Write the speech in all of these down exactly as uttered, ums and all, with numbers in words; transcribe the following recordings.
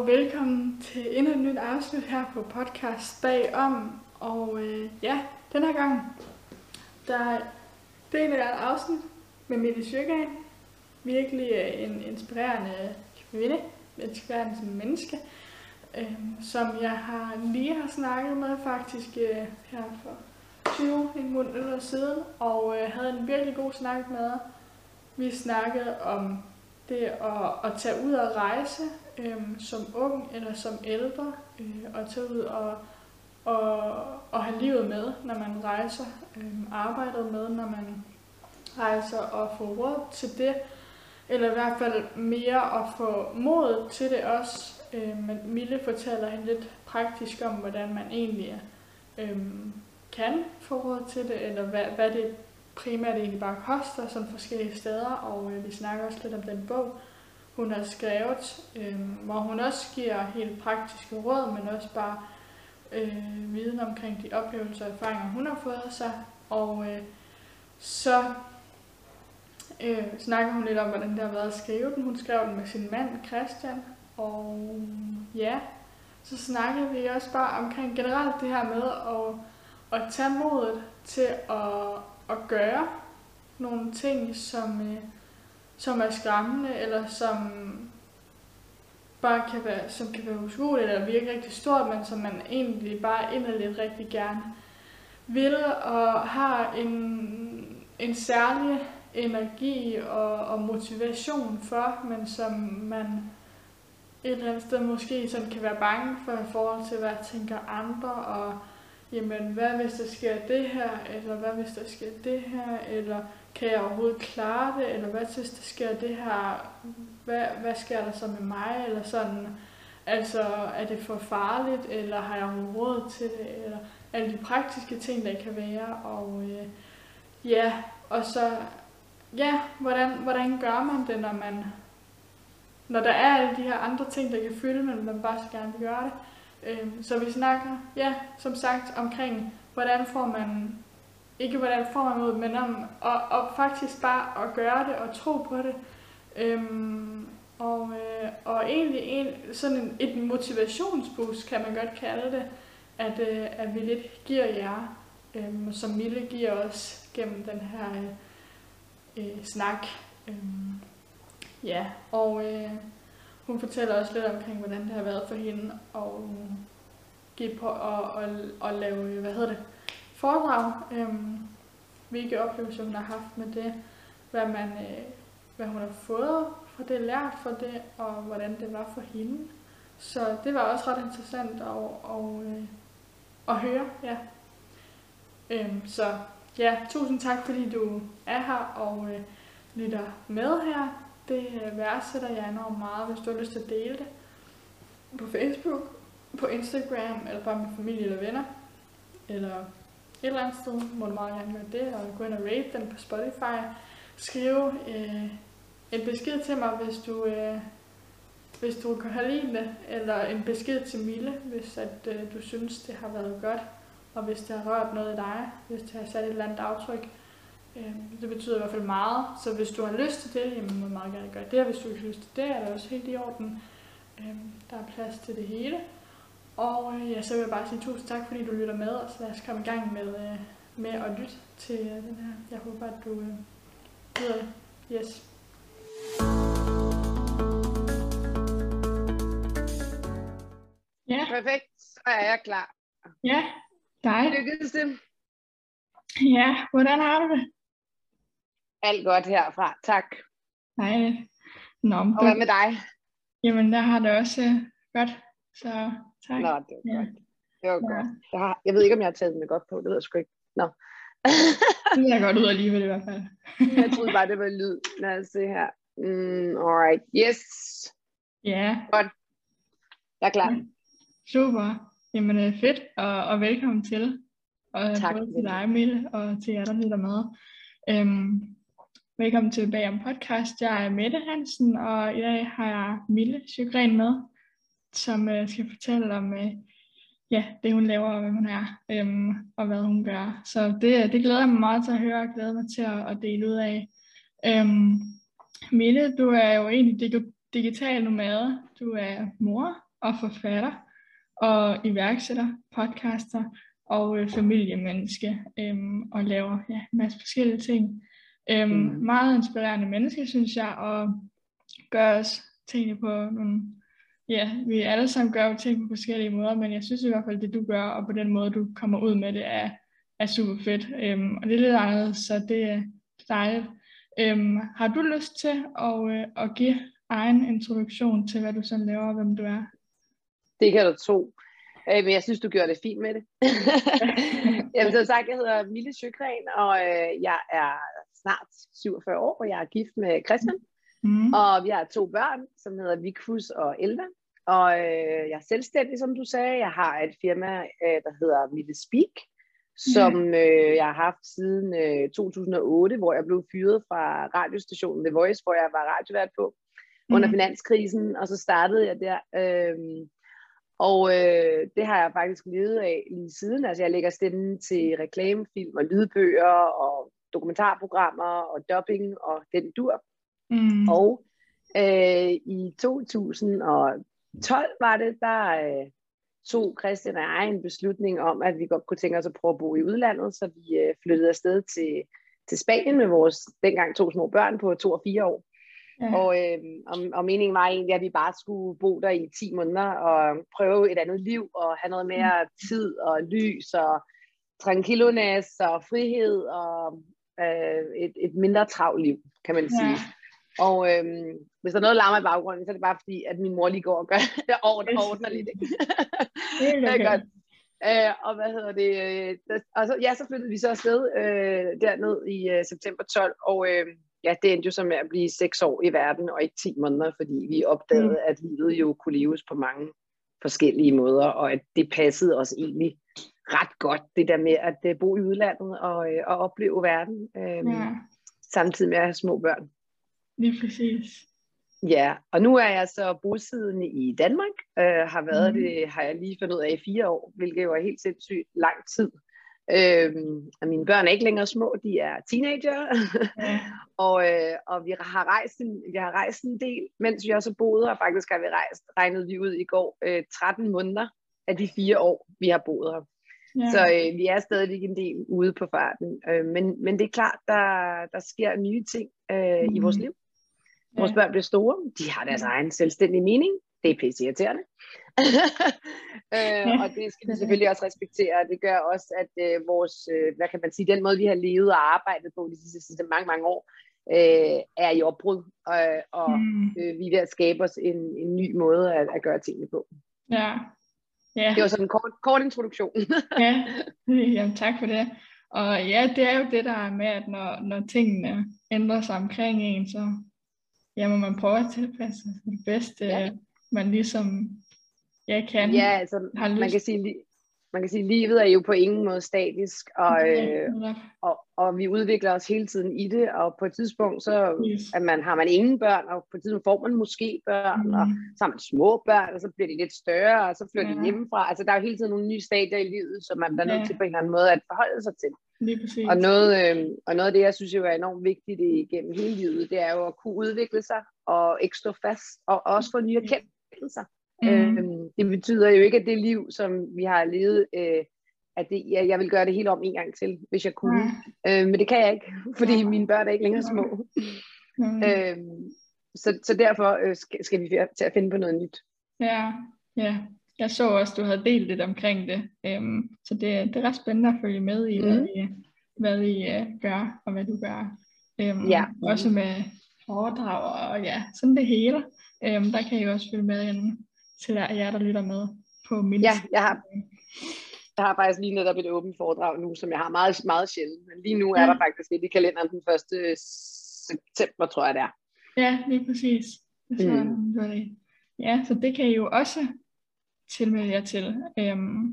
velkommen til endnu et nyt afsnit her på podcast Bagom. Og øh, ja, den her gang, der deler jeg et afsnit med Mille Sjøgren. Virkelig øh, en inspirerende kvinde, inspirerende som menneske, øh, som jeg har lige har snakket med faktisk øh, her for tyve minutter siden, og øh, havde en virkelig god snak med. Vi snakkede om det at, at tage ud og rejse øhm, som ung eller som ældre, øh, og tage ud og, og, og have livet med, når man rejser, øhm, arbejdet med, når man rejser, og få råd til det, eller i hvert fald mere at få mod til det også. Øh, men Mille fortæller hende lidt praktisk om, hvordan man egentlig øh, kan få råd til det, eller hvad, hvad det primært egentlig bare koster sådan forskellige steder, og øh, vi snakker også lidt om den bog, hun har skrevet, øh, hvor hun også giver helt praktiske råd, men også bare øh, viden omkring de oplevelser og erfaringer, hun har fået sig. Og øh, så øh, snakker hun lidt om, hvordan det har været at skrive den. Hun skrev den med sin mand, Christian, og ja, så snakker vi også bare omkring generelt det her med at, at tage modet til at, at gøre nogle ting, som, øh, som er skræmmende, eller som bare kan være, som kan være uskueligt eller virke rigtig stort, men som man egentlig bare inderligt rigtig gerne vil, og har en, en særlig energi og, og motivation for, men som man et eller andet sted måske sådan kan være bange for i forhold til, hvad tænker andre, og jamen, hvad hvis der sker det her, eller hvad hvis der sker det her, eller kan jeg overhovedet klare det, eller hvad hvis der sker det her, hvad, hvad sker der så med mig, eller sådan, altså er det for farligt, eller har jeg overhovedet råd til det, eller alle de praktiske ting, der kan være, og øh, ja, og så, ja, hvordan, hvordan gør man det, når man, når der er alle de her andre ting, der kan fylde, men man bare så gerne vil gøre det. Så vi snakker, ja, som sagt, omkring, hvordan får man, ikke hvordan får man mod, men om og, og faktisk bare at gøre det og tro på det. Øhm, og, øh, og egentlig en, sådan en, et motivationsboost, kan man godt kalde det, at, øh, at vi lidt giver jer, øh, som Mille giver os gennem den her øh, øh, snak. Øhm, ja, og øh, hun fortæller også lidt omkring, hvordan det har været for hende at give på at, at, at lave, hvad hedder det, foredrag. Øhm, hvilke oplevelser hun har haft med det, hvad, man, øh, hvad hun har fået fra det, lært fra det, og hvordan det var for hende. Så det var også ret interessant at, at, øh, at høre. Ja. Øhm, så ja, tusind tak, fordi du er her og øh, lytter med her. Det værdsætter jeg enormt meget, hvis du har lyst til at dele det på Facebook, på Instagram, eller bare med familie eller venner, eller et eller andet sted, må du meget gerne gøre det, og gå ind og rate den på Spotify. Skrive øh, en besked til mig, hvis du, øh, hvis du kan have lide det, eller en besked til Mille, hvis at, øh, du synes, det har været godt, og hvis det har rørt noget i dig, hvis det har sat et eller andet aftryk. Det betyder i hvert fald meget, så hvis du har lyst til det, jamen må du meget gerne gøre det, og hvis du ikke har lyst til det, er det også helt i orden. Der er plads til det hele. Og ja, så vil jeg bare sige tusind tak, fordi du lytter med, og så lad os komme i gang med, med at lytte til den her. Jeg håber, at du lyder det. Yes. Ja. Perfekt, så er jeg klar. Ja, dig. Lykkedes det? Ja, hvordan har du det? Alt godt herfra, tak. Nej. Nå, og hvad med dig? Jamen, der har det også uh, godt, så tak. Nå, det var ja. godt. Det var ja. godt. Jeg, har, jeg ved ikke, om jeg har taget den godt på, det ved jeg sgu ikke. Nå. Det er godt ud alligevel i hvert fald. Jeg troede bare, det var lyd. Lad os se her. Mm, alright, yes. Ja. Yeah. Godt. Jeg er klar. Ja. Super. Jamen, fedt, og, og velkommen til. Og tak. Både til dig, Mille, og til jer, der lytter med. Øhm, velkommen til Bagom Podcast. Jeg er Mette Hansen, og i dag har jeg Mille Sjøgren med, som øh, skal fortælle om øh, ja, det, hun laver, og hvem hun er, øhm, og hvad hun gør. Så det, det glæder jeg mig meget til at høre, og glæder mig til at, at dele ud af. Øhm, Mille, du er jo egentlig dig- digital nomade. Du er mor, og forfatter, og iværksætter, podcaster og øh, familiemenneske, øhm, og laver ja, en masse forskellige ting. Øhm, Mm. Meget inspirerende menneske, synes jeg, og gør også tingene på nogle, ja, vi alle sammen gør jo ting på forskellige måder, men jeg synes i hvert fald, det du gør, og på den måde, du kommer ud med det, er, er super fedt. Øhm, og det er lidt anderledes, så det er dejligt. Øhm, har du lyst til at, øh, at give egen introduktion til, hvad du sådan laver, og hvem du er? Det kan du tro. Øh, men jeg synes, du gjorde det fint med det. Jamen, som sagt, jeg hedder Mille Sjøgren, og øh, jeg er snart syvogfyrre år, og jeg er gift med Christian. Mm. Og vi har to børn, som hedder Vigfus og Elva. Og øh, jeg er selvstændig, som du sagde. Jeg har et firma, øh, der hedder Mille Speak, som øh, jeg har haft siden øh, to tusind og otte, hvor jeg blev fyret fra radiostationen The Voice, hvor jeg var radiovært på, mm. under finanskrisen, og så startede jeg der. Øh, og øh, det har jeg faktisk levet af lige siden. Altså jeg lægger stemmen til reklamefilm og lydbøger og dokumentarprogrammer og dubbing og den dur. Mm. Og øh, i to tusind og tolv var det, der øh, tog Christian og jeg en beslutning om, at vi godt kunne tænke os at prøve at bo i udlandet, så vi øh, flyttede afsted til, til Spanien med vores dengang to små børn på to og fire år. Ja. Og, øh, og, og meningen var egentlig, at vi bare skulle bo der i ti måneder og prøve et andet liv og have noget mere tid og lys og tranquillones og frihed og øh, et, et mindre travlt liv, kan man sige. Ja. Og øhm, hvis der er noget larmer i baggrunden, så er det bare fordi, at min mor lige går og gør det ordner, ordner lidt. Det er godt. Øh, og hvad hedder det? Øh, og så, ja, så flyttede vi så afsted øh, derned i øh, september tolv, og øh, ja, det endte jo så med at blive seks år i verden, og ikke ti måneder, fordi vi opdagede, mm. at livet jo kunne leves på mange forskellige måder, og at det passede os egentlig ret godt, det der med at uh, bo i udlandet og, øh, og opleve verden, øh, ja. Samtidig med at have små børn. Lige præcis. Ja, og nu er jeg så bosiddende i Danmark, øh, har været mm. det, har jeg lige fundet ud af i fire år, hvilket jo er helt sindssygt lang tid. Øhm, og mine børn er ikke længere små, de er teenager, ja. og, øh, og vi har rejst en, vi har rejst en del, mens vi også har boet, og faktisk har vi rejst, regnede vi ud i går, øh, tretten måneder af de fire år, vi har boet her. Ja. Så øh, vi er stadig en del ude på farten, øh, men, men det er klart, der, der sker nye ting øh, mm. i vores liv. Vores børn bliver store, de har deres egen selvstændige mening, det er pisse irriterende. øh, og det skal vi selvfølgelig også respektere. Det gør også, at øh, vores, øh, hvad kan man sige, den måde vi har levet og arbejdet på de sidste, sidste mange, mange år, øh, er i opbrud, øh, og mm. øh, vi er ved at skabe os en, en ny måde at, at gøre tingene på. Ja. Ja. Det var sådan en kort, kort introduktion. Ja, jamen, tak for det. Og ja, det er jo det der er med, at når, når tingene ændrer sig omkring en, så ja, må man prøve at tilpasse det bedste, ja. Man ligesom ja, kan. Ja, altså man kan sige, man kan sige, livet er jo på ingen måde statisk, og, ja, øh, og, og vi udvikler os hele tiden i det, og på et tidspunkt, så yes. at man, har man ingen børn, og på et tidspunkt får man måske børn, mm. og så har man små børn, og så bliver de lidt større, og så flytter ja. de hjemmefra. Altså der er jo hele tiden nogle nye stadier i livet, som man bliver nødt ja. til på en eller anden måde at forholde sig til. Og noget, øh, og noget af det, jeg synes jo er enormt vigtigt igennem hele livet, det er jo at kunne udvikle sig, og ikke stå fast, og også få nye erkendelser. Mm. Øhm, det betyder jo ikke, at det liv, som vi har levet, øh, at det, jeg, jeg vil gøre det helt om en gang til, hvis jeg kunne. Mm. Øh, men det kan jeg ikke, fordi mine børn er ikke længere små. Mm. øhm, så, så derfor øh, skal, skal vi til at finde på noget nyt. Ja, ja. Jeg så også, du havde delt lidt omkring det, øhm, så det, det er ret spændende at følge med i, mm. hvad I, hvad I uh, gør, og hvad du gør. Øhm, ja. Også med foredrag og ja, sådan det hele. Øhm, der kan I også følge med ind til jer, der lytter med på min. Ja, jeg har, jeg har faktisk lige netop et åbent foredrag nu, som jeg har meget, meget sjældent. Men lige nu er ja. der faktisk et i kalenderen den første september, tror jeg det er. Ja, lige præcis. Så, mm. Ja, så det kan I jo også tilmelde jer til. Øhm,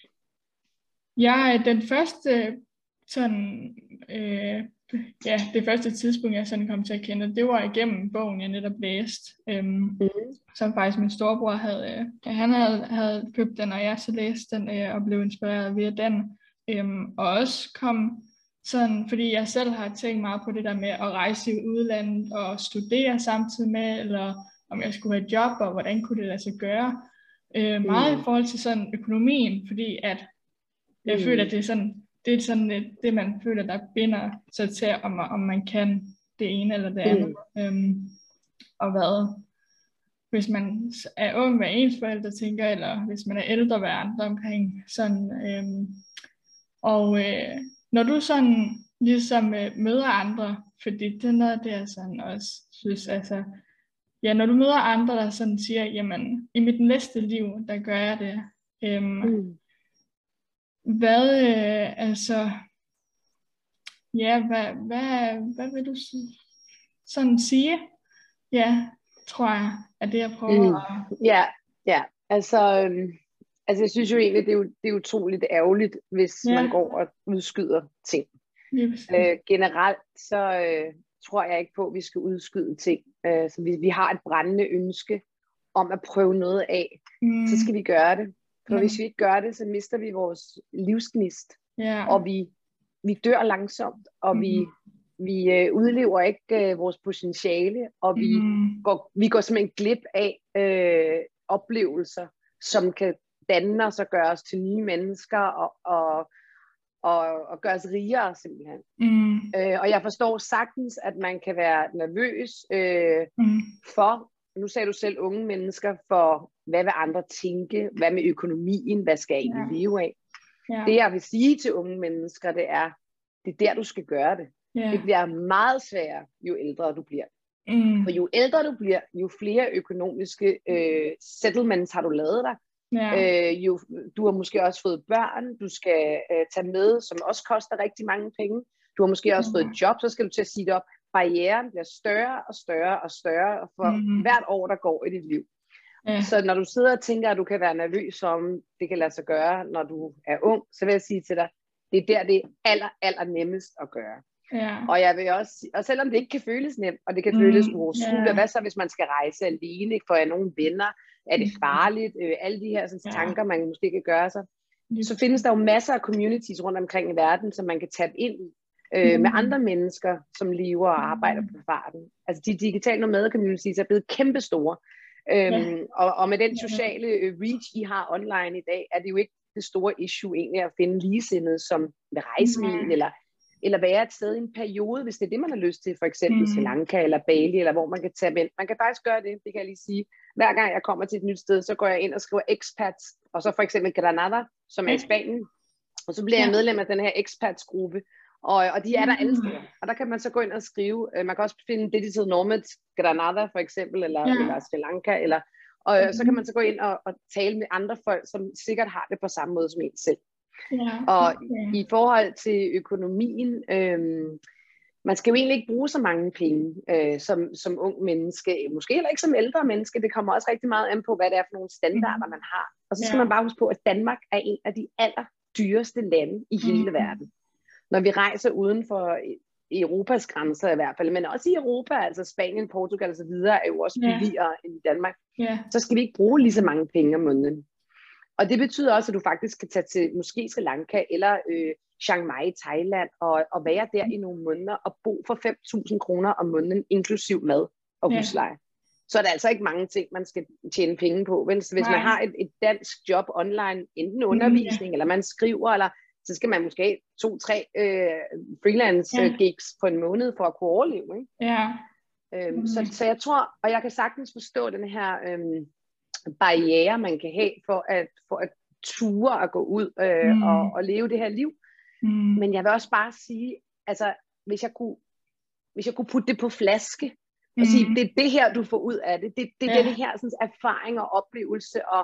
jeg er den første sådan, øh, ja, det første tidspunkt, jeg sådan kom til at kende, det var igennem bogen, jeg netop læste, øhm, mm. som faktisk min storebror havde, øh, han havde, havde købt den, og jeg så læste den, øh, og blev inspireret via den, øhm, og også kom sådan, fordi jeg selv har tænkt meget på det der med at rejse i udlandet og studere samtidig med, eller om jeg skulle have et job, og hvordan kunne det lade sig gøre. øh, meget Mm. i forhold til sådan økonomien, fordi at jeg Mm. føler, at det er sådan, det er sådan det, det, man føler, der binder sig til, om, om man kan det ene eller det andet. Mm. Øhm, og hvad, hvis man er ung, hvad ens forældre tænker, eller hvis man er ældre, hvad andre omkring. Sådan, øhm, og øh, når du sådan ligesom øh, møder andre, fordi det er noget af det, jeg sådan også synes, altså, ja, når du møder andre, der sådan siger, jamen, i mit næste liv, der gør jeg det. Øhm, Mm. hvad, øh, altså, ja, hvad, hvad, hvad vil du sådan sige? Ja, tror jeg, er det, jeg prøver Mm. at... Ja, ja. Altså, øhm, altså, jeg synes jo egentlig, det er, jo, det er utroligt ærgerligt, hvis Ja. man går og udskyder ting. Lige præcis. Øh, generelt, så øh, tror jeg ikke på, at vi skal udskyde ting. Øh, så hvis vi har et brændende ønske om at prøve noget af, Mm, så skal vi gøre det. For Ja. hvis vi ikke gør det, så mister vi vores livsgnist, ja. og vi, vi dør langsomt, og Mm. vi, vi øh, udlever ikke øh, vores potentiale, og vi, Mm, går, vi går simpelthen glip af øh, oplevelser, som kan danne os og gøre os til nye mennesker, og, og, og, og gøre os rigere simpelthen. mm, Øh, og jeg forstår sagtens, at man kan være nervøs øh, mm, for, nu sagde du selv unge mennesker, for hvad vil andre tænke, hvad med økonomien, hvad skal jeg egentlig Ja. leve af? ja. Det jeg vil sige til unge mennesker, det er, det er der du skal gøre det. ja. Det bliver meget sværere, jo ældre du bliver. Mm, For jo ældre du bliver, jo flere økonomiske øh, settlements har du lavet dig. ja. Øh, jo, du har måske også fået børn, du skal øh, tage med, som også koster rigtig mange penge. Du har måske også fået et job, så skal du til at sige det op. Barrieren bliver større og større og større for Mhm. hvert år, der går i dit liv. Ja. Så når du sidder og tænker, at du kan være nervøs om, det kan lade sig gøre, når du er ung, så vil jeg sige til dig, det er der, det er aller, aller nemmest at gøre. Ja. Og jeg vil også, og selvom det ikke kan føles nemt, og det kan Mm, føles uoverskueligt, ja. og hvad så, hvis man skal rejse alene, får jeg nogle venner, er det farligt, øh, alle de her sådan, Ja. tanker, man måske kan gøre sig, Lige så findes der jo masser af communities rundt omkring i verden, som man kan tabe ind i, øh, Mm. med andre mennesker, som lever og arbejder på farten. Altså de digitale nomade communities er blevet kæmpestore, øhm, Ja. og, og med den sociale øh, reach, I har online i dag, er det jo ikke det store issue egentlig at finde ligesindede, som vil rejse med en, eller eller være et sted i en periode, hvis det er det, man har lyst til, for eksempel Mm. Sri Lanka eller Bali, eller hvor man kan tage ind. Man kan faktisk gøre det, det kan jeg lige sige. Hver gang jeg kommer til et nyt sted, så går jeg ind og skriver expats, og så for eksempel Granada, som er i Spanien, og så bliver jeg medlem af den her expats-gruppe, og, og de er der alle steder. Og der kan man så gå ind og skrive, man kan også finde Digital Nomads Granada for eksempel, eller, Ja. eller Sri Lanka, eller, og så kan man så gå ind og, og tale med andre folk, som sikkert har det på samme måde som en selv. Ja. Og Okay. i forhold til økonomien, øhm, man skal jo egentlig ikke bruge så mange penge øh, som, som ung menneske, måske heller ikke som ældre menneske, det kommer også rigtig meget an på, hvad det er for nogle standarder, man har. Og så skal Ja. man bare huske på, at Danmark er en af de allerdyreste lande i hele Mm. verden. Når vi rejser uden for Europas grænser i hvert fald, men også i Europa, altså Spanien, Portugal og så videre, er jo også Ja. billigere end i Danmark, Ja. så skal vi ikke bruge lige så mange penge om måneden. Og det betyder også, at du faktisk kan tage til måske Sri Lanka eller øh, Chiang Mai i Thailand og, og være der i nogle måneder og bo for fem tusind kroner om måneden, inklusiv mad og Ja. husleje. Så er der altså ikke mange ting, man skal tjene penge på. Vel? Så hvis Nej. man har et, et dansk job online, enten undervisning, Ja. eller man skriver, eller så skal man måske have to-tre øh, freelance Ja. øh, gigs på en måned for at kunne overleve. Ikke? Ja. Øhm, Mm. så, så jeg tror, og jeg kan sagtens forstå den her øhm, barriere, man kan have for at, for at ture at gå ud øh, Mm. og, og leve det her liv. Mm. Men jeg vil også bare sige, altså hvis jeg kunne, hvis jeg kunne putte det på flaske, og sige, Mm. det er det her, du får ud af det, det, det er Ja. den her sådan, erfaring og oplevelse, og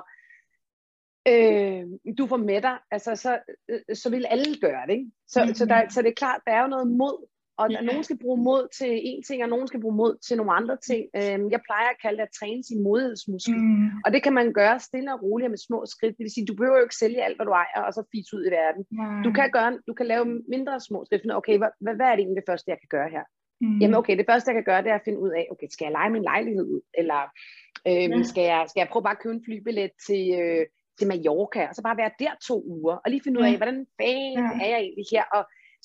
øh, du får med dig, altså så, øh, så vil alle gøre det, ikke? Så, Mm. så, der, så det er klart, der er jo noget mod, og Ja. nogen skal bruge mod til en ting, og nogen skal bruge mod til nogle andre ting. Øh, jeg plejer at kalde det at træne sin modighedsmuskel. Mm. Og det kan man gøre stille og roligt med små skridt. Det vil sige, du behøver jo ikke sælge alt, hvad du ejer, og så fise ud i verden. Nej. Du kan, gøre, du kan lave mindre små skridt. Okay, hvad, hvad er det egentlig det første, jeg kan gøre her? Mm. Jamen okay, det første, jeg kan gøre, det er at finde ud af, okay, skal jeg leje min lejlighed ud? Eller øhm, Ja. skal, jeg, skal jeg prøve bare at købe en flybillet til, øh, til Mallorca, og så bare være der to uger, og lige finde ud af, Ja. hvordan fanden Ja. er jeg egentlig her? Og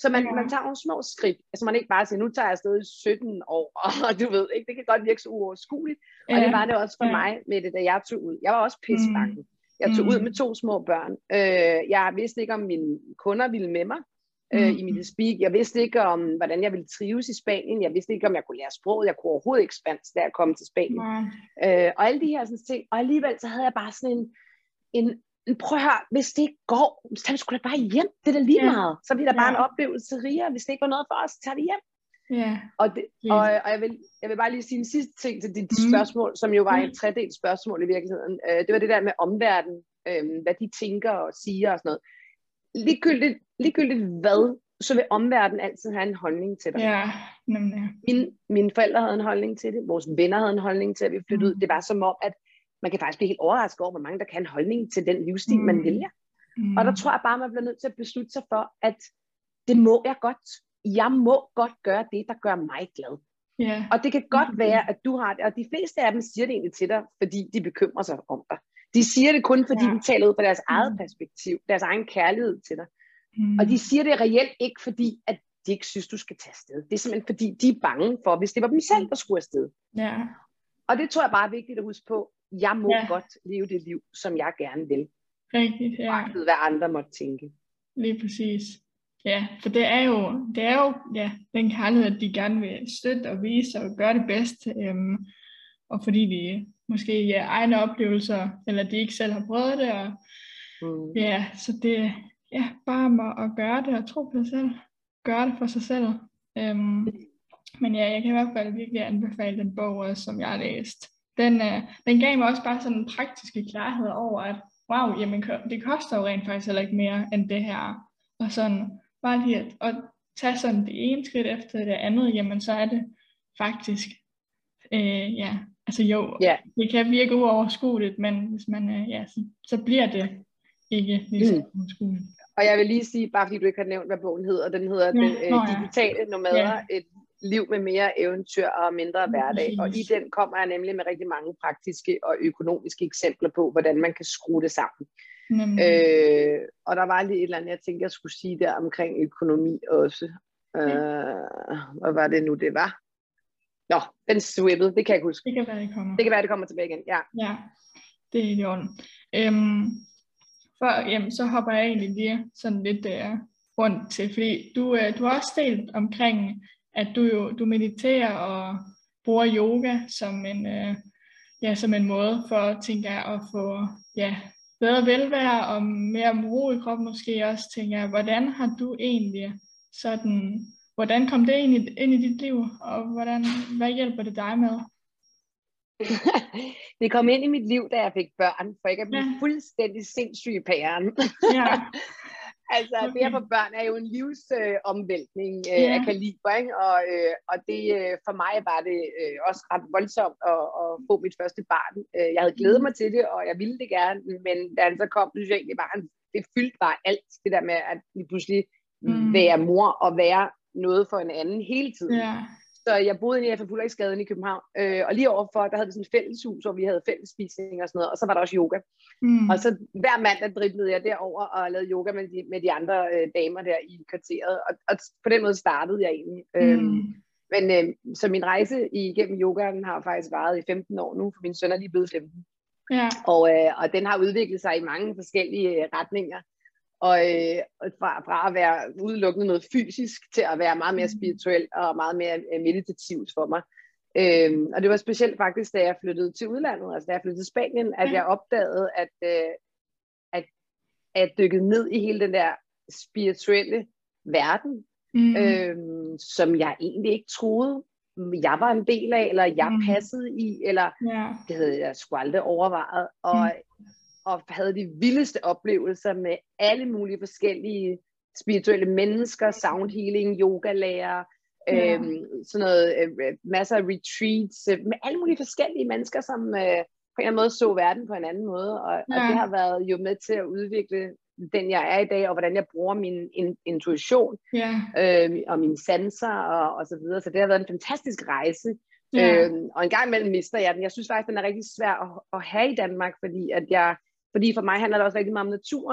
Så man, Ja. man tager nogle små skridt. Altså man ikke bare siger, nu tager jeg afsted i sytten år, og du ved ikke, det kan godt virke så uoverskueligt. Og Ja. det var det også for Ja. mig med det, da jeg tog ud. Jeg var også pissebange. Mm. Jeg tog Mm. ud med to små børn. Øh, jeg vidste ikke, om mine kunder ville med mig øh, Mm. i mit speak. Jeg vidste ikke, om hvordan jeg ville trives i Spanien. Jeg vidste ikke, om jeg kunne lære sproget. Jeg kunne overhovedet ikke spansk, da jeg kom til Spanien. Nej. Øh, og alle de her sådan, ting. Og alligevel så havde jeg bare sådan en, en, en prøv at høre, hvis det ikke går, så tager vi sgu da bare hjem. Det er da lige Ja. meget. Så bliver der bare Ja. en oplevelse rigere. Hvis det ikke var noget for os, så tager vi hjem. Ja. Og, det, Helt. og, og jeg, vil, jeg vil bare lige sige en sidste ting til dit Mm. spørgsmål, som jo var Mm. et tredelt spørgsmål i virkeligheden. Øh, det var det der med omverdenen, øh, hvad de tænker og siger og sådan noget. Ligegyldigt, ligegyldigt hvad, så vil omverdenen altid have en holdning til dig. Ja, nemlig. Mine, mine forældre havde en holdning til det, vores venner havde en holdning til, at vi flyttede Mm. ud. Det var som om, at man kan faktisk blive helt overrasket over, hvor mange der kan have en holdning til den livsstil, Mm. man vælger. Mm. Og der tror jeg bare, man bliver nødt til at beslutte sig for, at det må jeg godt. Jeg må godt gøre det, der gør mig glad. Ja. Og det kan godt Mm. være, at du har det, og de fleste af dem siger det egentlig til dig, fordi de bekymrer sig om dig. De siger det kun, fordi Ja. de taler ud fra deres eget Mm. perspektiv, deres egen kærlighed til dig. Mm. Og de siger det reelt ikke, fordi at de ikke synes, du skal tage afsted. Det er simpelthen, fordi de er bange for, hvis det var dem selv, der skulle afsted. Ja. Og det tror jeg bare er vigtigt at huske på. Jeg må Ja. godt leve det liv, som jeg gerne vil. Rigtigt, ja. Uagtet hvad andre måtte tænke. Lige præcis. Ja, for det er jo, det er jo ja, den kærlighed, at de gerne vil støtte og vise og gøre det bedst. Øhm, og fordi de måske ja, egne oplevelser, eller de ikke selv har prøvet det. Og, Mm. ja, så det ja, bare om at, at gøre det og tro på sig selv. Gøre det for sig selv. Øhm, men ja, jeg kan i hvert fald virkelig anbefale den bog også, som jeg har læst. Den, øh, den gav mig også bare sådan en praktiske klarhed over, at wow, jamen, det koster jo rent faktisk heller ikke mere end det her. Og sådan, bare lige at, at tage sådan det ene skridt efter det andet, jamen så er det faktisk, øh, ja, altså jo, Ja. det kan virke uoverskueligt, men hvis man, øh, ja, så, så bliver det ikke lige så Mm. uoverskueligt. Og jeg vil lige sige, bare fordi du ikke har nævnt, hvad bogen hedder, den hedder Ja, Den øh, nå ja. digitale nomader, Ja. et liv med mere eventyr og mindre hverdag. Og i præcis. den kommer jeg nemlig med rigtig mange praktiske og økonomiske eksempler på, hvordan man kan skrue det sammen. Nemlig. Øh, og der var lige et eller andet, jeg tænkte, jeg skulle sige der omkring økonomi også. Øh, hvad var det nu, det var? Nå, den swippede, det kan jeg ikke huske. Det kan være, det kommer. Det kan være, det kommer tilbage igen, ja. Ja, det er helt i orden. Øhm, for, jamen, så hopper jeg egentlig lige sådan lidt uh, rundt til, fordi du, uh, du har også delt omkring, at du jo du mediterer og bruger yoga som en, uh, ja, som en måde for, tænker jeg, at få ja, bedre velvære og mere ro i kroppen måske også, tænker jeg. Hvordan har du egentlig sådan, hvordan kom det ind i, ind i dit liv, og hvordan, hvad hjælper det dig med? Det kom ind i mit liv, da jeg fik børn, for ikke at blive Ja. fuldstændig sindssyg i pæren. Ja. Altså, Okay. det at få børn er jo en livsomvæltning øh, øh, Ja. af kaliber, ikke? Og, øh, og det, øh, for mig var det øh, også ret voldsomt at, at få mit første barn. Øh, jeg havde glædet mig til det, og jeg ville det gerne, men da han så kom, synes jeg egentlig bare, det fyldte bare alt. Det der med at lige pludselig Mm. være mor og være noget for en anden hele tiden. Ja. Så jeg boede i F F Ulriksgaden i København, øh, og lige overfor, der havde vi sådan et fælleshus, hvor vi havde fællesspisning og sådan noget, og så var der også yoga. Mm. Og så hver mandag driblede jeg derover og lavede yoga med de, med de andre øh, damer der i kvarteret, og, og på den måde startede jeg egentlig. Mm. Øhm, men øh, så min rejse igennem yogaen har faktisk varet i femten år nu, for min søn er lige blevet femten. Ja. Og, øh, og den har udviklet sig i mange forskellige øh, retninger. Og øh, fra, fra at være udelukkende noget fysisk til at være meget mere spirituel og meget mere øh, meditativt for mig. Øhm, og det var specielt faktisk, da jeg flyttede til udlandet, altså da jeg flyttede til Spanien, at jeg opdagede, at, øh, at, at jeg dykkede ned i hele den der spirituelle verden, Mm. øhm, som jeg egentlig ikke troede, jeg var en del af, eller jeg Mm. passede i, eller Ja. det havde jeg sgu aldrig overvejet. Og Mm. og havde de vildeste oplevelser med alle mulige forskellige spirituelle mennesker, sound healing, yogalærer, Ja. øhm, sådan noget, øh, masser af retreats, øh, med alle mulige forskellige mennesker, som øh, på en eller anden måde så verden på en anden måde, og, ja. og det har været jo med til at udvikle den jeg er i dag, og hvordan jeg bruger min in, intuition, Ja. øh, og mine sanser, og, og så videre, så det har været en fantastisk rejse. Ja. Øhm, og en gang imellem mister jeg den. Jeg synes faktisk, den er rigtig svær at, at have i Danmark, fordi, at jeg, fordi for mig handler det også rigtig meget om naturen.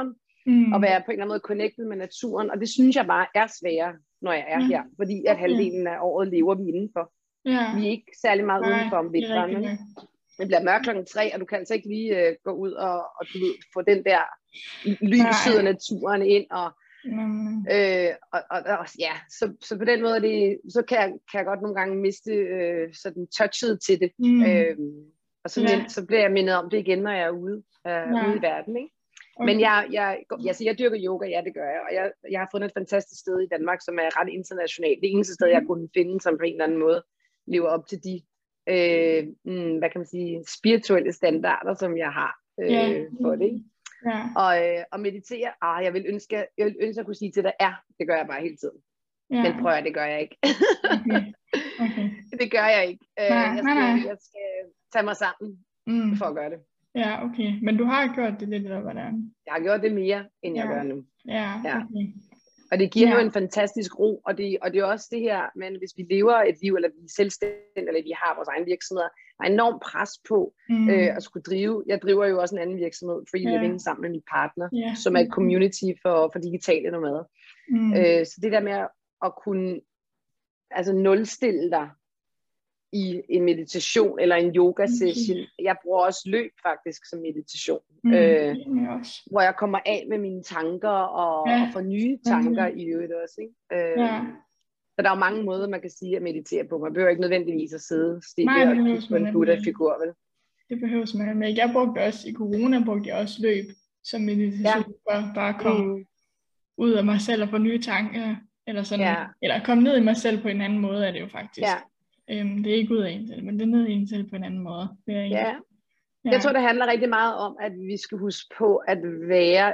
mm. og være på en eller anden måde connected med naturen, og det synes jeg bare er sværere, når jeg er ja. her, fordi at okay. halvdelen af året lever vi indenfor. Ja. Vi er ikke særlig meget Nej, udenfor om vinteren. Det, det bliver mørkt klokken tre, og du kan altså ikke lige uh, gå ud og, og du ved, få den der lyset af naturen ind, og Mm. Øh, og, og, og ja, så, så på den måde det, så kan jeg, kan jeg godt nogle gange miste øh, sådan touchet til det, mm. øh, og så, yeah. så bliver jeg mindet om det igen, når jeg er ude, øh, yeah. ude i verden, ikke? Okay. Men jeg, jeg, jeg, altså jeg dyrker yoga, ja det gør jeg, og jeg, jeg har fundet et fantastisk sted i Danmark, som er ret internationalt. Det eneste sted, jeg kunne finde, som på en eller anden måde lever op til de, øh, mm, hvad kan man sige, spirituelle standarder, som jeg har øh, yeah. for det, ikke? Ja. Og, øh, og meditere, ah, jeg vil ønske, jeg vil ønske at kunne sige til dig, ja, det gør jeg bare hele tiden. Ja. Men prøv at det gør jeg ikke. Okay. Okay. Det gør jeg ikke. Nej, jeg, skal, nej, nej. jeg skal tage mig sammen mm. for at gøre det. Ja, okay. Men du har gjort det lidt, eller hvordan? Jeg har gjort det mere, end jeg ja. gør nu. Ja, okay. Ja. Og det giver ja. jo en fantastisk ro, og det, og det er også det her, men hvis vi lever et liv, eller vi er selvstændige, eller vi har vores egen virksomheder, der er enormt pres på mm. øh, at skulle drive. Jeg driver jo også en anden virksomhed, Free Living, ja. sammen med min partner, ja. som er et community for, for digitale nomader. Mm. Øh, så det der med at kunne altså nulstille dig i en meditation eller en yoga session. Mm. Jeg bruger også løb faktisk som meditation. Mm. Øh, hvor jeg kommer af med mine tanker og, ja. og får nye tanker mm. i øvrigt også. Ikke? Øh, ja. Så der er jo mange måder, man kan sige at meditere på. Man behøver ikke nødvendigvis at sidde stille og kigge på en Buddha-figur, vel? Det behøves man. Men jeg brugte også, i corona brugte jeg også løb som meditation, ja. for bare at komme mm. ud af mig selv og få nye tanker. Eller, sådan, ja. eller komme ned i mig selv på en anden måde, er det jo faktisk. Ja. Øhm, det er ikke ud af en selv, men det er ned i en selv på en anden måde. Det er ja. Ja. Jeg tror, det handler rigtig meget om, at vi skal huske på at være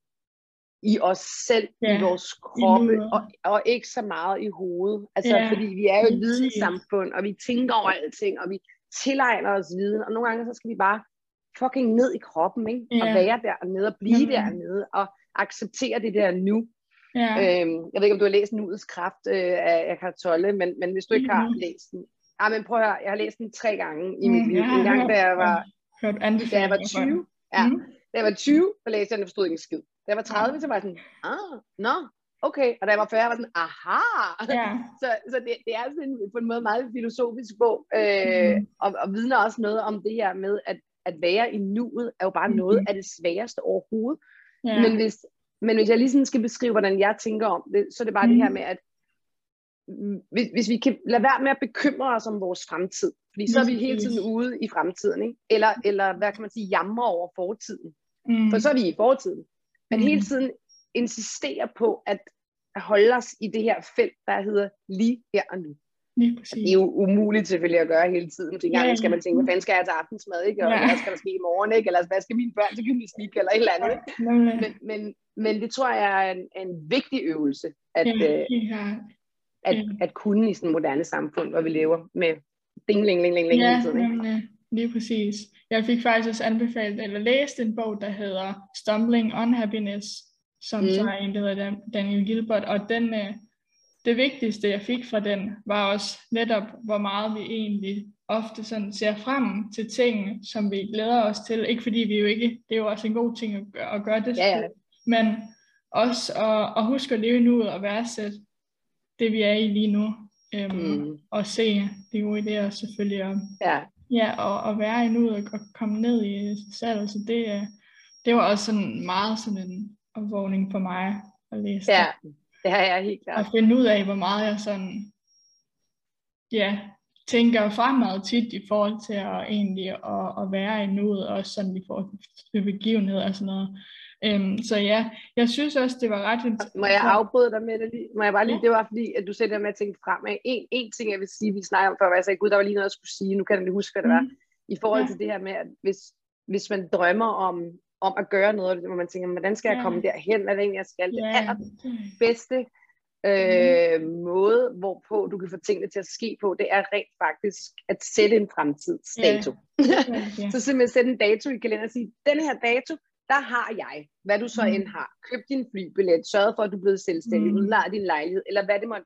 i os selv, ja. i vores kroppe, I og, og ikke så meget i hovedet. Altså, ja. fordi vi er jo et videnssamfund, og vi tænker over alting, og vi tilegner os viden, og nogle gange så skal vi bare fucking ned i kroppen, ikke? Ja. Og være dernede, og blive ja. dernede, og acceptere det der nu. Ja. Øhm, jeg ved ikke, om du har læst Nuets Kraft øh, af Eckhart Tolle, men, men hvis du ikke har mm. læst den. Ah, men prøv at høre, jeg har læst den tre gange i mit liv. Mm, en gang, da jeg var, da jeg var tyve. Ja, mm. Da jeg var tyve, så læste jeg den, og forstod ikke en skid. Da jeg var tredive, så var jeg sådan, ah, nå, no, okay. Og da jeg var fyrre, var jeg sådan, aha. Ja. så så det, det er sådan på en måde meget filosofisk bog, øh, mm. og, og vidner også noget om det her med, at, at være i nuet, er jo bare mm. noget af det sværeste overhovedet. Ja. Men hvis Men hvis jeg lige sådan skal beskrive, hvordan jeg tænker om det, så er det bare mm. det her med, at hvis, hvis vi kan lade være med at bekymre os om vores fremtid, fordi så er vi hele tiden ude i fremtiden, ikke? Eller, eller hvad kan man sige, jamre over fortiden. Mm. For så er vi i fortiden. Men mm. hele tiden insistere på at holde os i det her felt, der hedder lige her og nu. Det er jo umuligt selvfølgelig at gøre hele tiden. En gang ja, ja. skal man tænke, hvad fanden skal jeg til aftensmad, ikke? Og ja. hvad skal der ske i morgen, ikke? Eller hvad skal mine børn til gymnastik, eller et eller andet, ikke? Ja. Men, men, men det tror jeg er en, en vigtig øvelse, at, ja. Ja. At, at, at kunne i sådan et moderne samfund, hvor vi lever med ding, ling, ling, ling, ling ja, hele tiden, ikke? Ja, lige præcis. Jeg fik faktisk også anbefalet, eller læst en bog, der hedder Stumbling on Happiness, som mm. så er en, der hedder Daniel Gilbert, og den... Det vigtigste, jeg fik fra den, var også netop, hvor meget vi egentlig ofte sådan ser frem til ting, som vi glæder os til. Ikke fordi vi jo ikke, det er jo også en god ting at gøre, at gøre det, ja, ja. men også at, at huske at leve nu og værdsætte det, vi er i lige nu. Øhm, mm. Og se de gode idéer selvfølgelig. Og, ja. Ja, og, og være i nu og, og komme ned i sig selv. Så det, det var også sådan meget sådan en opvågning for mig at læse ja. det. Det har jeg helt klart. Og finde ud af, hvor meget jeg sådan, ja, tænker fremad tit i forhold til at egentlig at, at være i nuet, også sådan i forhold til begivenheder og sådan noget. Um, så ja, jeg synes også, det var ret interessant. Må jeg afbryde dig med det lige? Må jeg bare lige, ja. Det var fordi, at du sagde det med at tænke fremad. En, en ting, jeg vil sige, vi snakker om før, hvor jeg sagde, gud, der var lige noget, jeg skulle sige, nu kan jeg lige huske, hvad det var. Mm. I forhold til ja. det her med, at hvis, hvis man drømmer om, om at gøre noget, hvor man tænker, hvordan skal jeg komme ja. derhen, hvad er det egentlig, jeg skal? Det ja. allerbedste øh, mm. måde, hvorpå du kan få tingene til at ske på, det er rent faktisk at sætte en fremtidsdato. Ja. Ja. Så simpelthen sætte en dato i kalenderen og sige, den her dato, der har jeg, hvad du så mm. end har. Køb din flybillet, sørg for, at du er blevet selvstændig, mm. udlejer din lejlighed, eller hvad det måtte være.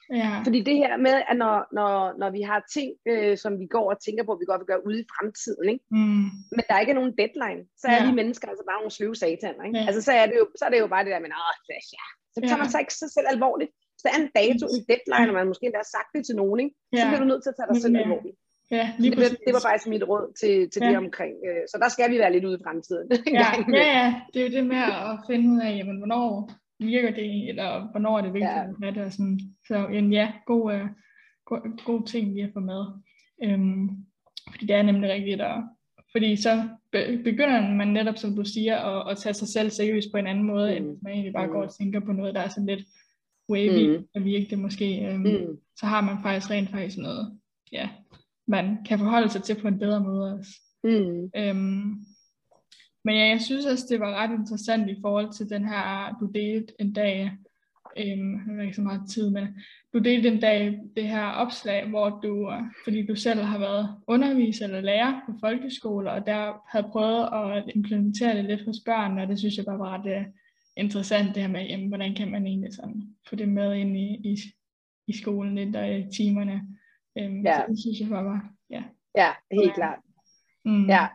Ja. Fordi det her med, at når, når, når vi har ting, øh, som vi går og tænker på, vi godt vil gøre ude i fremtiden, ikke? Mm. Men der ikke er nogen deadline, så er Ja. vi mennesker altså bare nogle sløve sataner, ikke? Ja. Altså så er, det jo, så er det jo bare det der med, åh, ja, så tager man Ja. sig ikke sig selv alvorligt. Så der er en dato, en deadline, og man måske endda har sagt det til nogen, ikke? Så Ja. bliver du nødt til at tage dig selv Ja. alvorligt. Ja, lige det, præcis. det var faktisk mit råd til, til Ja. det omkring. Øh, så der skal vi være lidt ude i fremtiden. Ja, ja, ja, det er jo det med at finde ud af, jamen, hvornår virker det, eller hvornår er det vigtigt Ja. at have det, og sådan. Så jamen, ja, god, uh, god, god ting lige at få med. Um, fordi det er nemlig rigtigt, og fordi så be- begynder man netop, som du siger, at, at tage sig selv seriøst på en anden måde, mm. end hvis man egentlig bare mm. går og tænker på noget, der er sådan lidt wavy, mm. og virke det måske. Um, Mm. Så har man faktisk rent faktisk noget, ja, man kan forholde sig til på en bedre måde også. Mm. Um, men ja, jeg synes også, det var ret interessant i forhold til den her, du delte en dag, øhm, jeg har ikke så meget tid, men du delte en dag det her opslag, hvor du, fordi du selv har været underviser eller lærer på folkeskole, og der havde prøvet at implementere det lidt hos børn, og det synes jeg bare var ret uh, interessant, det her med, jamen, hvordan kan man egentlig sådan få det med ind i, i, i skolen lidt, og i timerne. Øhm, Ja. Så det synes jeg bare var, ja. Ja, helt klart. Mm. Ja.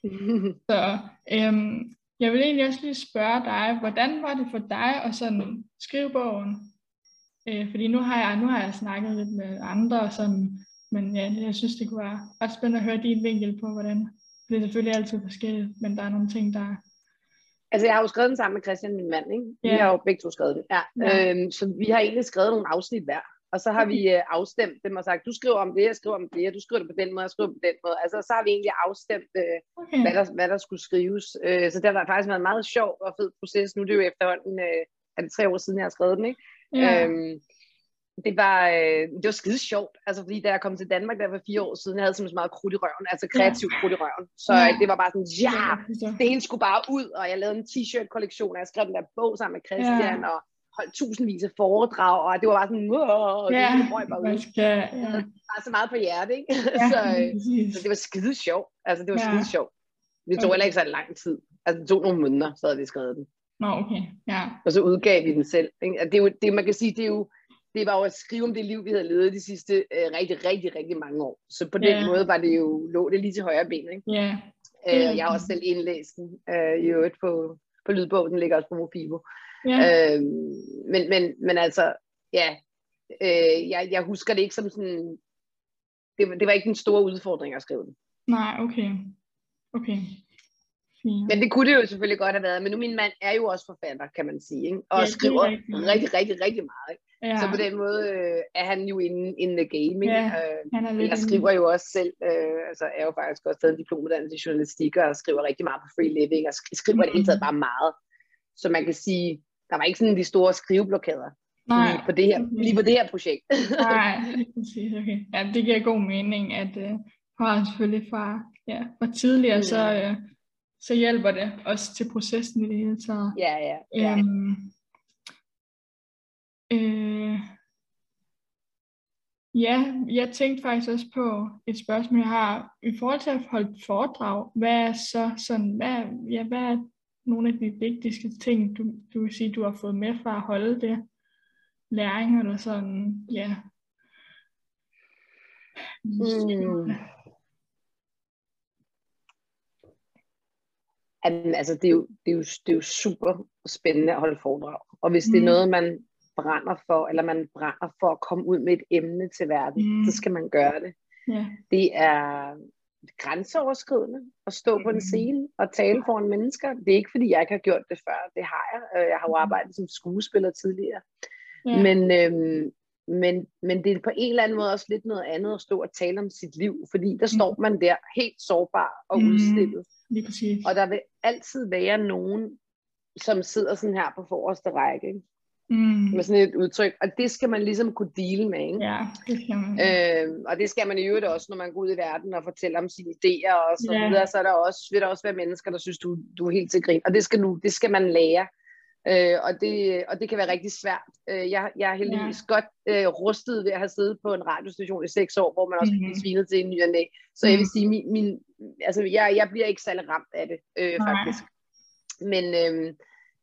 Så øhm, jeg vil egentlig også lige spørge dig, hvordan var det for dig at sådan skrive bogen? Øh, fordi nu har jeg nu har jeg snakket lidt med andre og sådan, men ja, jeg synes det kunne være ret spændende at høre din vinkel på, hvordan. Det er selvfølgelig altid forskelligt, men der er nogle ting, der. Altså jeg har jo skrevet den sammen med Christian, min mand, ikke? Vi Ja. har jo begge to skrevet det. Ja. Ja. Øhm, så vi har egentlig skrevet nogle afsnit hver. Og så har Okay. vi øh, afstemt dem og sagt, du skriver om det, jeg skriver om det, og du skriver det på den måde, jeg skriver på den måde. Altså så har vi egentlig afstemt, øh, Okay. hvad, der, hvad der skulle skrives. Øh, så det har faktisk været en meget sjov og fed proces. Nu er det jo efterhånden, øh, er det tre år siden, jeg har skrevet den, ikke? Ja. Øhm, det var, øh, det var skide sjovt, altså fordi da jeg kom til Danmark, der for fire år siden, jeg havde simpelthen så meget krudt i røven, altså kreativt krudt i røven. Så Ja. øh, det var bare sådan, ja, Ja. det hele skulle bare ud, og jeg lavede en t-shirt-kollektion, og jeg skrev den der bog sammen med Christian, Ja. og holdt tusindvis af foredrag, og det var bare sådan, wow, og Ja, det røg bare ud. man skal, ja. Bare så meget på hjertet, ikke? Ja, så, øh, præcis. så det var skide sjovt, altså det var Ja. skide sjovt. Det tog Okay. heller ikke så lang tid, altså det tog nogle måneder, så havde vi skrevet den. Nå, okay, ja. Og så udgav vi den selv, ikke? Det er jo, det, man kan sige, det er jo, det var jo at skrive om det liv, vi havde levet de sidste øh, rigtig, rigtig, rigtig mange år. Så på den Ja. måde var det jo, lå det lige til højre ben, ikke? Ja, Øh, jeg har også selv indlæst den, øh, i øvrigt på, på lydbog, den ligger også på Mofibo. ja, Øh, men, men, men altså, ja, øh, jeg, jeg husker det ikke som sådan, det, var- det var ikke en stor udfordring at skrive den. nej, okay, okay, fint. Men det kunne det jo selvfølgelig godt have været, men nu min mand er jo også forfatter, kan man sige, ikke? Og Ja, det er skriver rigtigt. rigtig, rigtig, rigtig meget, ikke? Ja, Så på den måde øh, er han jo in, in the game, ikke? Ja, Øh, han er lidt jeg skriver jo også selv, øh, altså jeg er jo faktisk også taget en diplomuddannelse i journalistik, og skriver rigtig meget på free living, og sk- skriver mm. det hele taget bare meget. Så man kan sige, der var ikke sådan de store skriveblokader nej, lige på det her, okay. lige på det her projekt. Nej, lige præcis, okay. Ja, det giver god mening, at øh, fra selvfølgelig fra, ja, fra tidligere, Mm. så, øh, så hjælper det også til processen i det hele taget. ja, ja, ja. Øhm, øh, ja, jeg tænkte faktisk også på et spørgsmål, jeg har i forhold til at holde foredrag. Hvad er så sådan, hvad, ja, hvad er nogle af de vigtigste ting, du, du vil sige, du har fået med fra at holde det? Læring eller sådan, ja. Mm. Jamen, altså, det er, jo, det, er jo, det er jo super spændende at holde foredrag. Og hvis mm. det er Mm. noget, man brænder for, eller man brænder for at komme ud med et emne til verden, Mm. så skal man gøre det. Ja, Det er grænseoverskridende at stå på en Mm. scene og tale foran mennesker. Det er ikke, fordi jeg ikke har gjort det før. Det har jeg. Øh, Jeg har jo arbejdet som skuespiller tidligere. ja, Men, øhm, men, men det er på en eller anden måde også lidt noget andet at stå og tale om sit liv, fordi der står man der helt sårbar og Mm. udstillet. lige præcis. Og der vil altid være nogen, som sidder sådan her på forreste række, ikke? Mm. Med sådan et udtryk. Og det skal man ligesom kunne deale med, ikke? Ja, det kan man. Øhm, og det skal man i øvrigt også, når man går ud i verden og fortæller om sine idéer og så Ja. videre. Så er der også, vil der også være mennesker, der synes, du, du er helt til grin. Og det skal, nu, det skal man lære. Øh, og, det, og det kan være rigtig svært. Øh, jeg, jeg er heldigvis ja. godt øh, rustet ved at have siddet på en radiostation i seks år, hvor man også Mhm. kan blive svinet til en ny og næ. Så jeg vil sige, min, min, altså, jeg, jeg bliver ikke særlig ramt af det, øh, Nej. faktisk. Men, øh,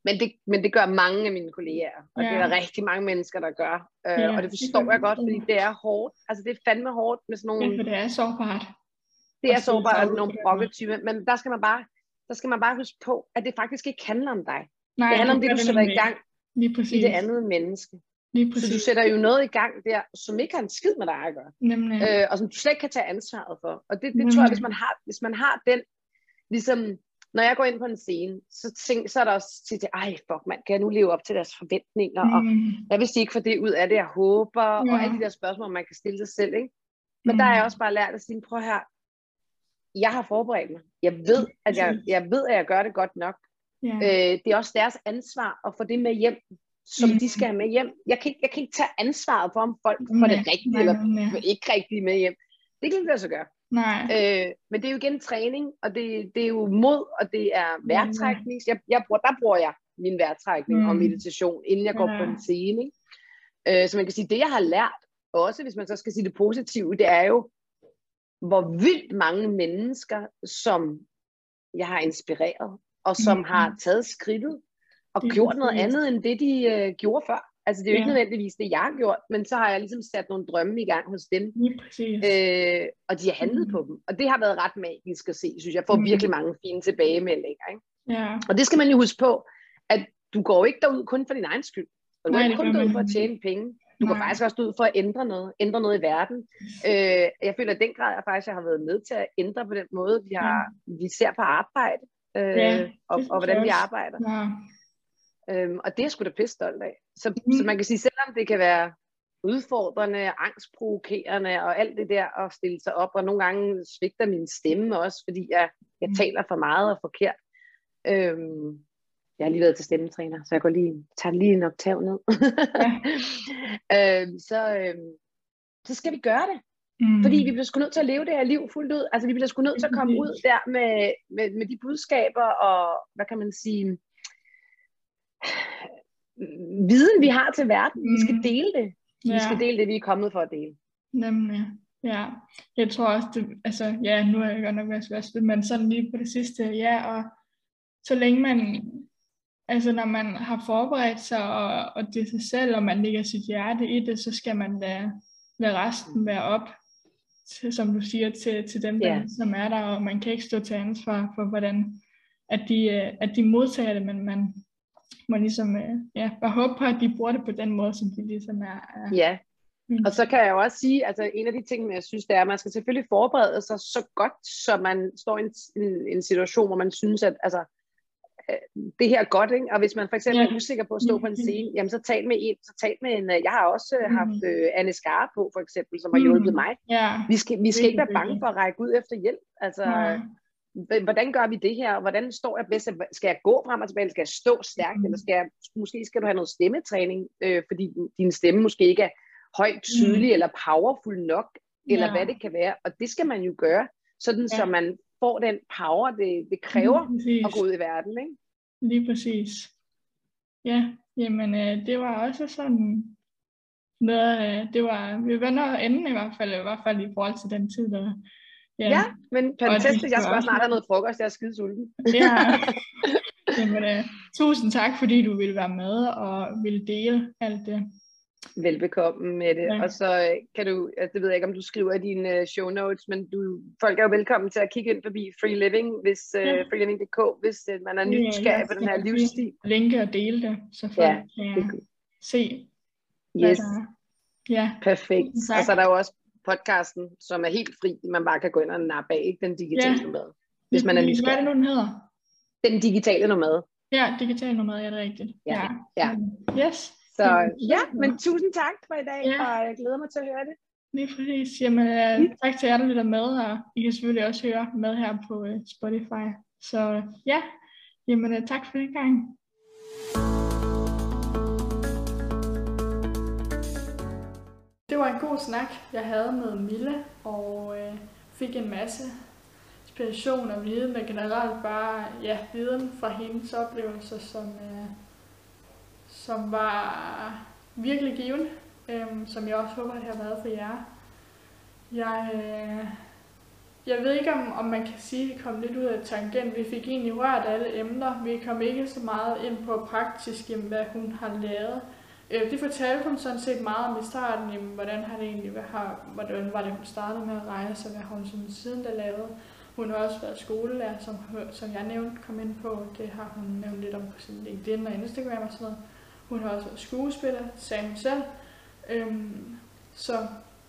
Men det, men det gør mange af mine kollegaer, og Ja. det er der rigtig mange mennesker, der gør. Øh, Ja, og det det forstår kan jeg jeg godt, forstå. fordi det er hårdt. Altså det er fandme hårdt med sådan Ja, nogle, for det er sårbart. det er at stille sårbart, sig altså ud nogle på den måde. brokketyper, men der skal man bare, der skal man bare huske på, at det faktisk ikke handler om dig. Nej, Det handler om det, gør du det sætter nemlig i gang ikke. Lige i præcis. det andet menneske. Lige Så du præcis. sætter jo noget i gang der, som ikke har en skid med dig at gøre. Nemlig. Øh, og som du slet ikke kan tage ansvaret for. Og det, det Nemlig. tror jeg, hvis man har, hvis man har den, ligesom, når jeg går ind på en scene, så, tænk, så er der også til det, ej fuck mand, kan jeg nu leve op til deres forventninger, mm. og jeg vil sige ikke for det ud af det, jeg håber, ja. og alle de der spørgsmål, man kan stille sig selv, ikke? Men mm. der har jeg også bare lært at sige, prøv her, jeg har forberedt mig. Jeg ved, at jeg, jeg ved, at jeg gør det godt nok. Ja. Øh, det er også deres ansvar at få det med hjem, som mm. de skal have med hjem. Jeg kan, ikke, jeg kan ikke tage ansvaret for, om folk får det rigtige nej, eller nej. ikke rigtige med hjem. Det kan ikke lade sig gøre. Nej. Øh, men det er jo igen træning, og det, det er jo mod, og det er vejrtrækning. Jeg, jeg bruger, der bruger jeg min vejrtrækning mm. og meditation, inden jeg går ja. på en scene. Ikke? Øh, så man kan sige, det jeg har lært, også hvis man så skal sige det positive, det er jo, hvor vildt mange mennesker, som jeg har inspireret, og som mm. har taget skridtet, og det gjort noget andet, end det de øh, gjorde før. Altså det er jo ja. ikke nødvendigvis det, jeg har gjort, men så har jeg ligesom sat nogle drømme i gang hos dem. Øh, og de har handlet mm. på dem. Og det har været ret magisk at se, synes jeg. Jeg får mm. virkelig mange fine tilbagemeldinger. Ikke? Ja. Og det skal man jo huske på, at du går ikke derud kun for din egen skyld. Og du går ikke kun derud for at tjene penge. Du går faktisk også ud for at ændre noget. Ændre noget i verden. Øh, jeg føler, at den grad, jeg faktisk har været med til at ændre på den måde, vi, har, ja. vi ser på arbejde. Øh, ja, og, og hvordan vi arbejder. Ja. Øhm, og det er jeg sgu da pisse stolt af. Så, mm. så man kan sige, selvom det kan være udfordrende, angstprovokerende og alt det der at stille sig op, og nogle gange svigter min stemme også, fordi jeg, jeg taler for meget og forkert. Øhm, jeg har lige været til stemmetræner, så jeg går lige, tager lige en oktav ned. Ja. øhm, så, øhm, så skal vi gøre det. Mm. Fordi vi bliver sgu nødt til at leve det her liv fuldt ud. Altså vi bliver sgu nødt til at komme ud der med, med, med de budskaber og, hvad kan man sige, viden vi har til verden. Vi skal dele det. Vi ja. skal dele det, vi er kommet for at dele. Nemlig, ja. Jeg tror også, det, altså, ja, nu er jeg godt nok været svært, men sådan lige på det sidste, ja, og så længe man, altså når man har forberedt sig, og, og det er sig selv, og man lægger sit hjerte i det, så skal man lade, lade resten være op, til, som du siger, til, til dem, der yeah. som er der, og man kan ikke stå til ansvar for, hvordan, at de, at de modtager det, men man må ligesom, ja, bare håbe på, at de bruger det på den måde, som de ligesom er. er. Ja, og så kan jeg jo også sige, altså en af de ting, jeg synes, det er, at man skal selvfølgelig forberede sig så godt, så man står i en, en, en situation, hvor man synes, at altså, det her er godt, ikke? Og hvis man for eksempel ja. er usikker på at stå på en scene, jamen så tal med en, så tal med en, jeg har også mm. haft uh, Anne Skare på, for eksempel, som har hjulpet mig. Ja. Vi skal, vi skal ikke være bange for at række ud efter hjælp, altså, ja. Hvordan gør vi det her? Hvordan står jeg bedst? Skal jeg gå frem og tilbage? Skal jeg stå stærkt? Mm. Eller skal jeg, måske skal du have noget stemmetræning, øh, fordi din stemme måske ikke er højt, tydelig mm. eller powerful nok, eller ja. hvad det kan være. Og det skal man jo gøre, sådan ja. så man får den power, det, det kræver at gå ud i verden. Ikke? Lige præcis. Ja, jamen øh, det var også sådan noget, øh, det var, vi var nået enden i hvert fald, i hvert fald i forhold til den tid, der. Ja, ja, men fantastisk. Jeg skal også snart have noget frokost. Jeg er skide sulten. Ja. Jamen, uh, tusind tak, fordi du ville være med og ville dele alt det. Velbekomme med det. Ja. Og så kan du, det ved jeg ikke, om du skriver i dine uh, show notes, men du, folk er jo velkommen til at kigge ind forbi Free Living, hvis, uh, ja. free living punktum d k, hvis uh, man er nysgerrig ja, på den her livsstil. Linke og dele det, så folk ja, kan det se, yes. der. Ja. Perfekt. Og så er der jo også podcasten, som er helt fri, man bare kan gå ind og nappe af, ikke? Den digitale ja. nomad. Hvis man er nysgerrig. Hvad er det nu, den hedder? Den digitale nomad. Ja, digitale nomad, ja, det er rigtigt. Ja, ja. ja. Yes. Så ja, men tusind tak for i dag, ja. og jeg glæder mig til at høre det. Lige præcis. Jamen, uh, tak til jer, der lytter med, og I kan selvfølgelig også høre med her på uh, Spotify. Så ja, jamen uh, tak for den gang. Det var en god snak, jeg havde med Mille, og øh, fik en masse inspiration og viden, og generelt bare ja, viden fra hendes oplevelser, som, øh, som var virkelig givende, øh, som jeg også håber, at det har været for jer. Jeg øh, jeg ved ikke, om, om man kan sige, at vi kom lidt ud af tangent. Vi fik egentlig rørt alle emner. Vi kom ikke så meget ind på praktisk, jamen, hvad hun har lavet. Øh, det fortalte hun sådan set meget om i starten, jamen, hvordan, har det egentlig, hvad har, hvordan var det, hun startede med at rejse, og hvad har hun sådan siden der lavet. Hun har også været skolelærer, som, som jeg nævnte, kom ind på. Det har hun nævnt lidt om på sin LinkedIn og Instagram og sådan noget. Hun har også været skuespiller, sagde hun selv. Øhm, så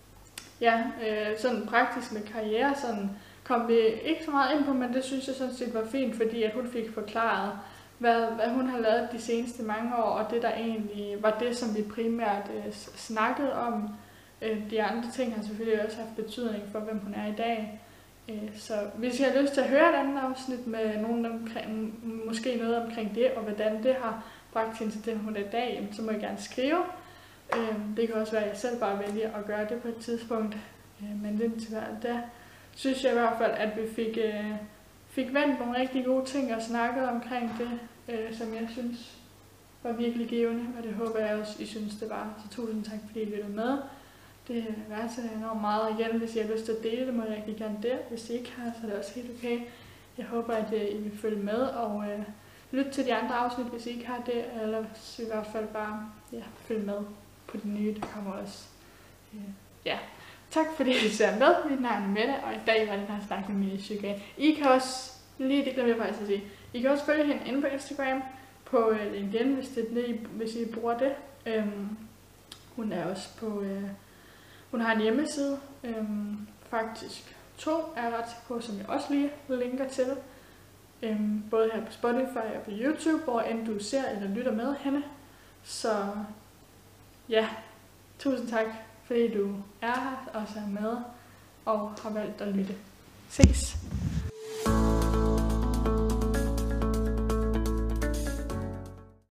ja, øh, sådan praktisk med karriere, sådan kom vi ikke så meget ind på, men det synes jeg sådan set var fint, fordi at hun fik forklaret, hvad, hvad hun har lavet de seneste mange år, og det der egentlig var det, som vi primært øh, snakkede om. Øh, de andre ting har selvfølgelig også haft betydning for, hvem hun er i dag. Øh, så hvis jeg har lyst til at høre et andet afsnit med nogen omkring, måske noget omkring det, og hvordan det har bragt hende til det, hun er i dag, jamen, så må jeg gerne skrive. Øh, det kan også være, at jeg selv bare vælger at gøre det på et tidspunkt. Øh, men indtil der synes jeg i hvert fald, at vi fik, øh, fik vendt nogle rigtig gode ting og snakket omkring det, øh, som jeg synes var virkelig givende, og det håber jeg også, I synes, det var. Så tusind tak, fordi I lyttede med. Det værdsætter jeg enormt meget. Igen, hvis I har lyst til at dele det, må jeg rigtig gerne det. Hvis I ikke har, så er det også helt okay. Jeg håber, at I vil følge med og øh, lytte til de andre afsnit, hvis I ikke har det, eller i hvert fald bare ja, følge med på de nye, der kommer også. Øh, ja. Tak fordi I ser med. Mit navn er Mette, og i dag var det her snak med Mille Psygan. I kan også, lige det glemmer jeg faktisk at sige, I kan også følge hende inde på Instagram, på øh, LinkedIn, hvis, det, hvis I bruger det. Øhm, hun er også på, øh, hun har en hjemmeside, øhm, faktisk to er jeg ret på, som jeg også lige linker til. Øhm, både her på Spotify og på YouTube, hvor end du ser eller lytter med hende. Så ja, tusind tak, fordi du er her og er med og har valgt at lytte. Ses!